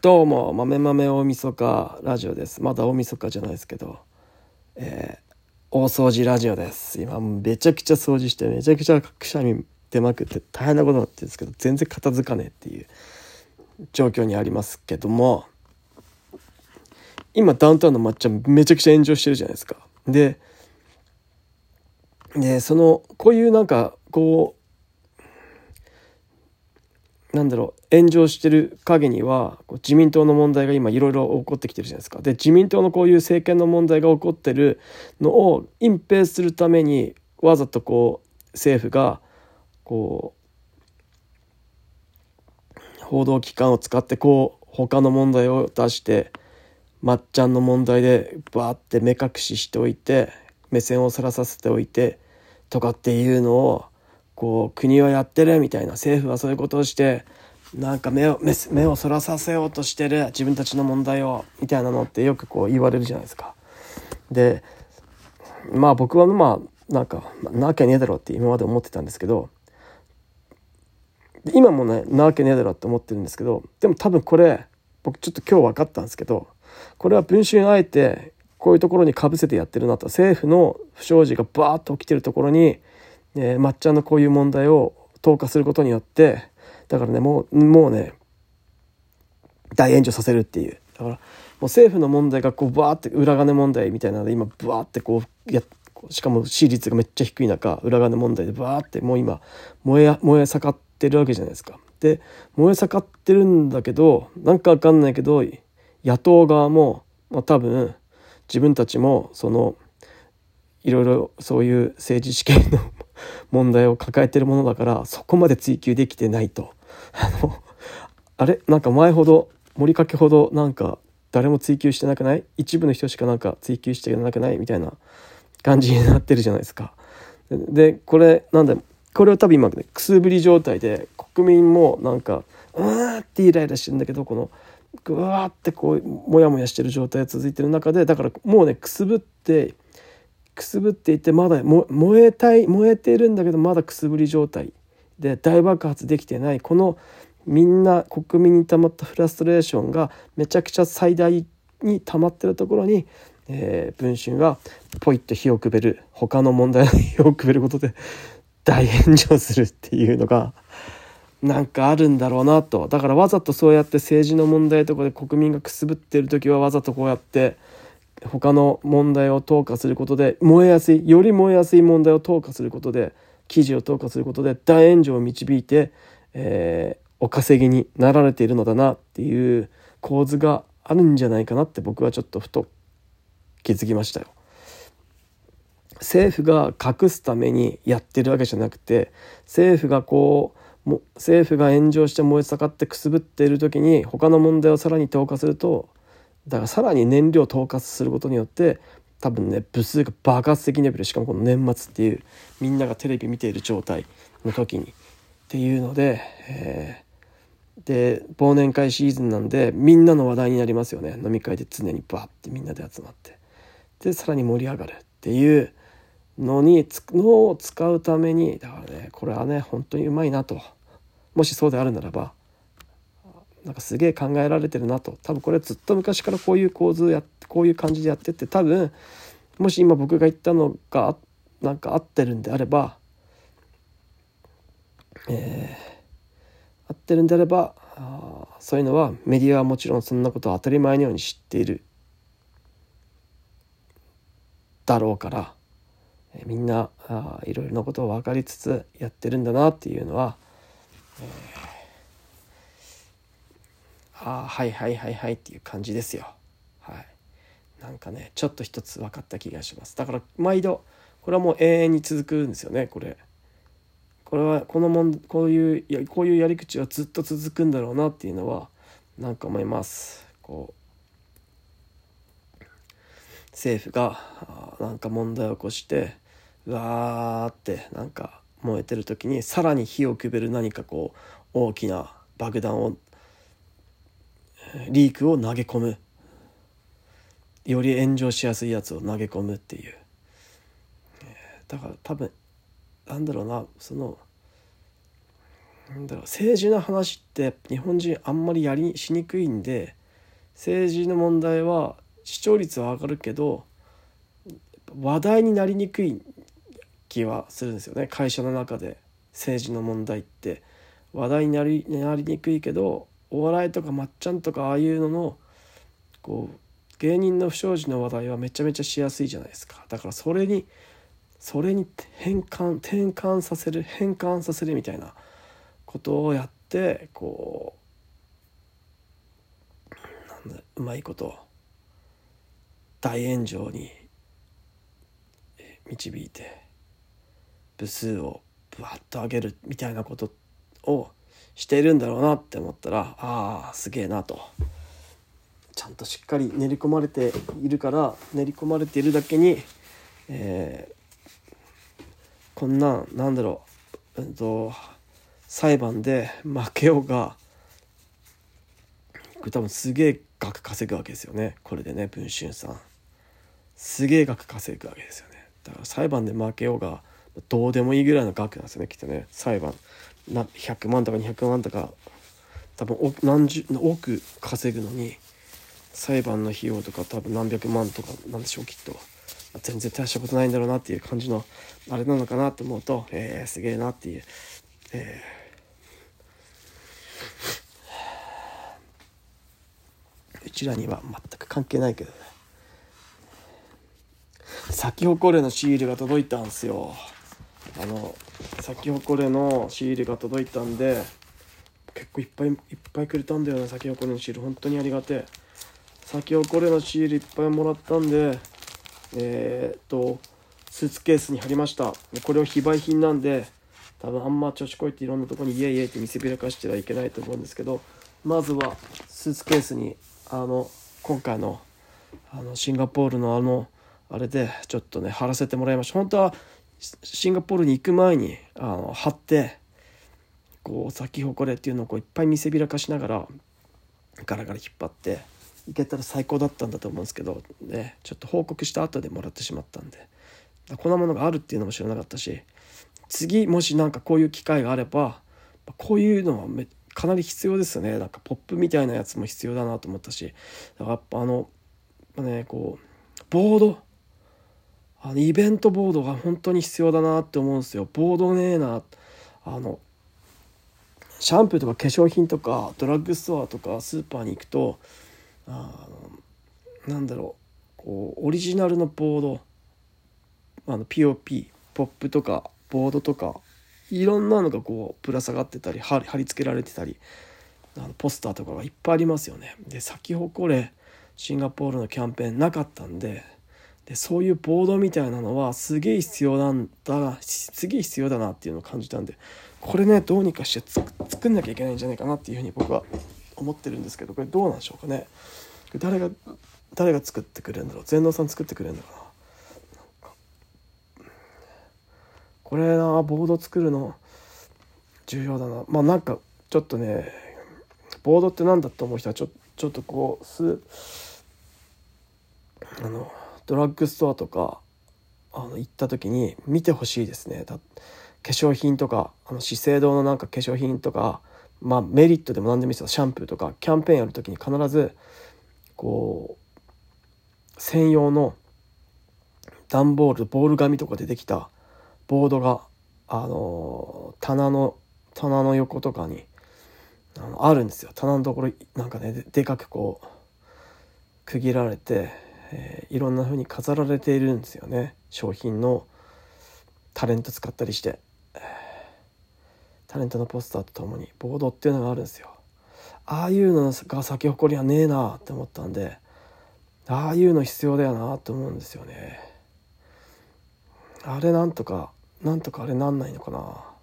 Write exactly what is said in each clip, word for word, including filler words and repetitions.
どうも豆豆大晦日ラジオです。まだ大晦日じゃないですけど、えー、大掃除ラジオです。今めちゃくちゃ掃除してめちゃくちゃくしゃみ出まくって大変なことになってるんですけど、全然片付かねえっていう状況にありますけども、今ダウンタウンの抹茶めちゃくちゃ炎上してるじゃないですか。ででそのこういうなんかこうなんだろう炎上してる陰にはこう自民党の問題が今いろいろ起こってきてるじゃないですか。で自民党のこういう政権の問題が起こってるのを隠蔽するためにわざとこう政府がこう報道機関を使ってこう他の問題を出してまっちゃんの問題でバーって目隠ししておいて目線をそらさせておいてとかっていうのをこう国はやってるみたいな、政府はそういうことをしてなんか目を 目, 目をそらさせようとしてる自分たちの問題をみたいなのってよくこう言われるじゃないですか。でまあ僕はまあなんかなわけねえだろうって今まで思ってたんですけど、今もねなわけねえだろうって思ってるんですけど、でも多分これ僕ちょっと今日分かったんですけど、これは文春あえてこういうところにかぶせてやってるなと。政府の不祥事がバーッと起きてるところに、えー、まっちゃんのこういう問題を投下することによって、だからねもうもうね大炎上させるっていう、だからもう政府の問題がこうバーって裏金問題みたいなので今バーってこうやしかも支持率がめっちゃ低い中裏金問題でバーってもう今燃え燃え盛ってるわけじゃないですか。で燃え盛ってるんだけどなんかわかんないけど野党側も、まあ、多分自分たちもそのいろいろそういう政治資金の問題を抱えてるものだからそこまで追及できてないと。あのあれなんか前ほど森かけほどなんか誰も追及してなくない、一部の人しかなんか追及してなくないみたいな感じになってるじゃないですか。でこれなんだこれを多分今ねくすぶり状態で国民もなんかうーってイライラしてるんだけど、このぐわーってこうモヤモヤしてる状態が続いてる中で、だからもうねくすぶってくすぶっていてまだも燃えたい燃えているんだけどまだくすぶり状態で大爆発できてない、このみんな国民に溜まったフラストレーションがめちゃくちゃ最大に溜まってるところに、えー、文春がポイッと火をくべる、他の問題に火をくべることで大炎上するっていうのがなんかあるんだろうなと。だからわざとそうやって政治の問題とかで国民がくすぶっている時はわざとこうやって他の問題を投下することで燃えやすいより燃えやすい問題を投下することで記事を投下することで大炎上を導いて、えー、お稼ぎになられているのだなっていう構図があるんじゃないかなって僕はちょっとふと気づきましたよ。政府が隠すためにやってるわけじゃなくて、政府がこうも政府が炎上して燃え盛ってくすぶっている時に他の問題をさらに投下すると、だからさらに燃料を投下することによって多分ね部数が爆発的に伸びる。しかもこの年末っていうみんながテレビ見ている状態の時にっていうので、えー、で忘年会シーズンなんでみんなの話題になりますよね。飲み会で常にバーってみんなで集まってでさらに盛り上がるっていうのにつのを使うために、だからねこれはね本当にうまいなと。もしそうであるならばなんかすげえ考えられてるなと。多分これずっと昔からこういう構図やこういう感じでやってって、多分もし今僕が言ったのがなんか合ってるんであれば、えー、合ってるんであればあそういうのはメディアはもちろんそんなことを当たり前のように知っているだろうから、えー、みんなあいろいろなことを分かりつつやってるんだなっていうのは、えー、あはいはいはいはいっていう感じですよ。はい、なんかねちょっと一つ分かった気がします。だから毎度これはもう永遠に続くんですよね。これこれはこのもんこういういやこういうやり口はずっと続くんだろうなっていうのはなんか思います。こう政府がなんか問題を起こしてうわーってなんか燃えてる時にさらに火をくべる何かこう大きな爆弾をリークを投げ込む、より炎上しやすいやつを投げ込むっていう、だから多分なんだろうなそのなんだろう、政治の話って日本人あんまりやりしにくいんで、政治の問題は視聴率は上がるけど話題になりにくい気はするんですよね。会社の中で政治の問題って話題になり、なりにくいけど、お笑いとかまっちゃんとかああいうののこう芸人の不祥事の話題はめちゃめちゃしやすいじゃないですか。だからそれにそれに変換転換させる変換させるみたいなことをやって、こうなんだうまいこと大炎上に導いて部数をブワッと上げるみたいなことをしているんだろうなって思ったら、ああすげえなと。ちゃんとしっかり練り込まれているから、練り込まれているだけに、えー、こんなんなんだろう、うんと裁判で負けようがこれ多分すげえ額稼ぐわけですよね。これでね、文春さんすげえ額稼ぐわけですよね。だから裁判で負けようがどうでもいいぐらいの額なんですよね、きっとね。裁判なひゃくまんとかにひゃくまんとか多分何十億稼ぐのに、裁判の費用とか多分何百万とかなんでしょう、きっと。全然大したことないんだろうなっていう感じのあれなのかなと思うと、えー、すげえなっていう、えー、うちらには全く関係ないけどね。サキホコレのシールが届いたんですよ。あのサキホコレのシールが届いたんで、結構いっぱいいっぱいくれたんだよね。サキホコレのシール本当にありがてえ。サキホコレのシールいっぱいもらったんで、えー、っとスーツケースに貼りました。これを非売品なんで多分あんま調子こいっていろんなところにイエイイエイって見せびらかしてはいけないと思うんですけど、まずはスーツケースにあの今回のあのシンガポールのあのあれでちょっとね貼らせてもらいました。本当はシンガポールに行く前にあの貼ってこうサキホコレっていうのをこういっぱい見せびらかしながらガラガラ引っ張っていけたら最高だったんだと思うんですけど、ね、ちょっと報告した後でもらってしまったんで、こんなものがあるっていうのも知らなかったし、次もしなんかこういう機会があればこういうのはめかなり必要ですよね。なんかポップみたいなやつも必要だなと思ったし、だからやっぱあのねこうボードあのイベントボードが本当に必要だなって思うんですよ。ボードねえな、あのシャンプーとか化粧品とかドラッグストアとかスーパーに行くとあのなんだろうこうオリジナルのボード、あの ピーオーピー ポップとかボードとかいろんなのがこうぶら下がってたり貼り、貼り付けられてたり、あのポスターとかがいっぱいありますよね。でサキホコレシンガポールのキャンペーンなかったんで、でそういうボードみたいなのはすげえ必要なんだすげえ必要だなっていうのを感じたんで、これねどうにかしてつ作んなきゃいけないんじゃないかなっていうふうに僕は思ってるんですけど、これどうなんでしょうかね。誰が誰が作ってくれるんだろう。全農さん作ってくれるんだろうな。これなボード作るの重要だな。まあなんかちょっとねボードってなんだと思う人はちょちょっとこうすあのドラッグストアとかあの行った時に見てほしいですね。だ化粧品とかあの資生堂のなんか化粧品とか、まあメリットでも何でもいいですよ。シャンプーとかキャンペーンやる時に必ずこう専用の段ボールボール紙とかでできたボードがあの棚の棚の横とかにあのあるんですよ。棚のところなんかね で, でかくこう区切られて、えー、いろんな風に飾られているんですよね。商品のタレント使ったりして、えー、タレントのポスターとともにボードっていうのがあるんですよ。ああいうのが咲き誇りはねえなって思ったんで、ああいうの必要だよなと思うんですよね。あれなんとかなんとかあれなんないのかな。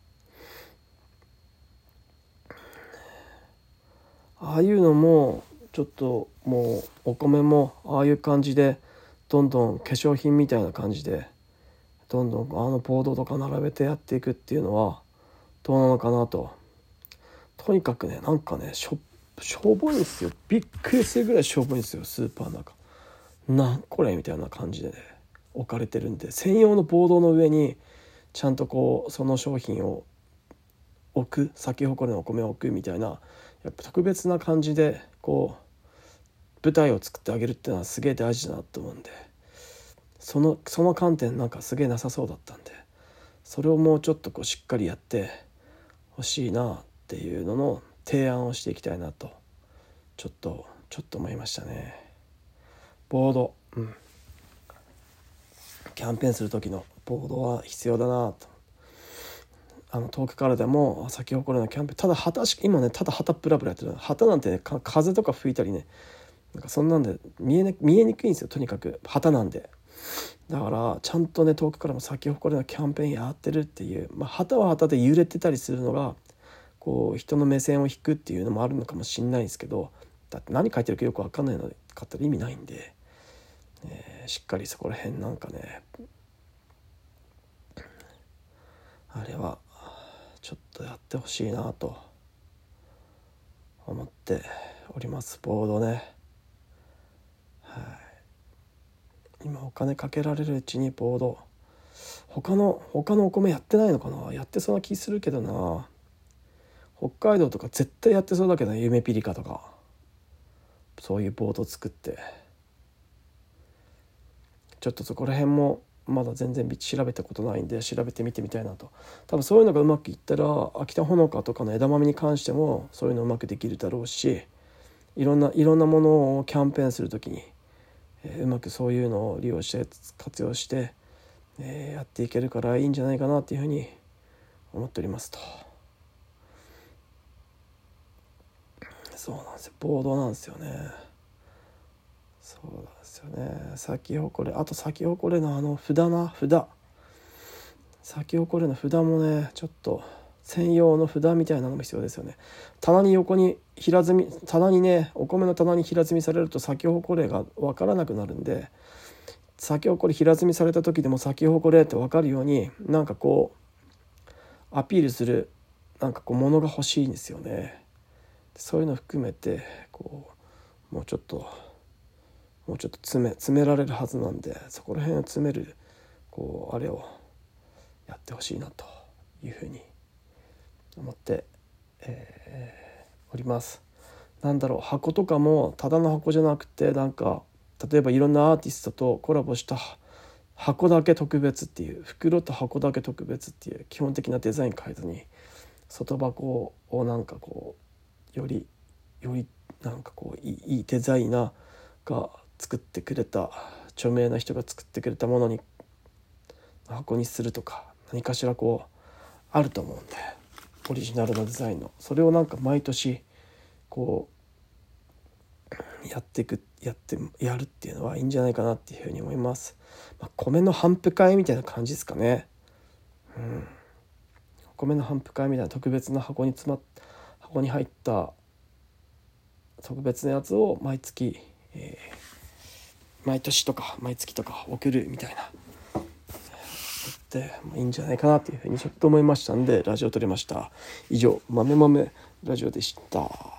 ああいうのもちょっともうお米もああいう感じでどんどん化粧品みたいな感じでどんどんあのボードとか並べてやっていくっていうのはどうなのかなと。とにかくねなんかねしょしょぼいんですよ。びっくりするぐらいしょぼいんですよ。スーパーの中なんこれみたいな感じでね置かれてるんで、専用のボードの上にちゃんとこうその商品を置く、咲き誇りのお米を置くみたいな、やっぱ特別な感じでこう舞台を作ってあげるっていうのはすげえ大事だなと思うんで、そのその観点なんかすげえなさそうだったんで、それをもうちょっとこうしっかりやってほしいなっていうのの提案をしていきたいなとちょっとちょっと思いましたね。ボード、うん、キャンペーンする時のボードは必要だなと。あの遠くからでも咲き誇りのキャンペーン、ただ旗し今ねただ旗ブラブラやってる、旗なんてね風とか吹いたりね、なんかそんなんで見え、ね、見えにくいんですよ。とにかく旗なんで、だからちゃんとね遠くからも咲き誇りのキャンペーンやってるっていう、まあ、旗は旗で揺れてたりするのがこう人の目線を引くっていうのもあるのかもしれないんですけど、だって何書いてるかよく分かんないので買ったら意味ないんで、えー、しっかりそこら辺なんかねあれはちょっとやってほしいなと思っております。ボードね、はい、今お金かけられるうちにボード、他の他のお米やってないのかな、やってそうな気するけどな。北海道とか絶対やってそうだけど、ね、夢ピリカとかそういうボード作って、ちょっとそこら辺もまだ全然調べたことないんで調べてみてみたいなと。多分そういうのがうまくいったら秋田ほのかとかの枝豆に関してもそういうのうまくできるだろうし、いろんないろんなものをキャンペーンするときに、えー、うまくそういうのを利用して活用して、えー、やっていけるからいいんじゃないかなっていうふうに思っておりますと。そうなんですよ、ボードなんですよね。そうなんですよね。咲き誇れ、あと咲き誇れのあの札な札咲き誇れの札もね、ちょっと専用の札みたいなのも必要ですよね。棚に横に平積み棚にねお米の棚に平積みされると咲き誇れが分からなくなるんで、咲き誇れ平積みされた時でも咲き誇れって分かるようになんかこうアピールするなんかこうものが欲しいんですよね。そういうの含めてこうもうちょっともうちょっと詰め詰められるはずなんで、そこら辺を詰めるこうあれをやってほしいなというふうに思って、えー、おります。なんだろう、箱とかもただの箱じゃなくて、なんか例えばいろんなアーティストとコラボした箱だけ特別っていう、袋と箱だけ特別っていう基本的なデザイン変えずに、外箱をなんかこうよりよりなんかこういい、いいデザイナーが作ってくれた、著名な人が作ってくれたものに箱にするとか、何かしらこうあると思うんで、オリジナルのデザインのそれをなんか毎年こうやっていくやってやるっていうのはいいんじゃないかなっていうふうに思います。まあ、米の頒布会みたいな感じですかね。うん、米の頒布会みたいな特別な箱に詰まっ箱に入った特別なやつを毎月、えー、毎年とか毎月とか送るみたいなっていいんじゃないかなというふうにちょっと思いましたんでラジオ撮りました。以上豆豆ラジオでした。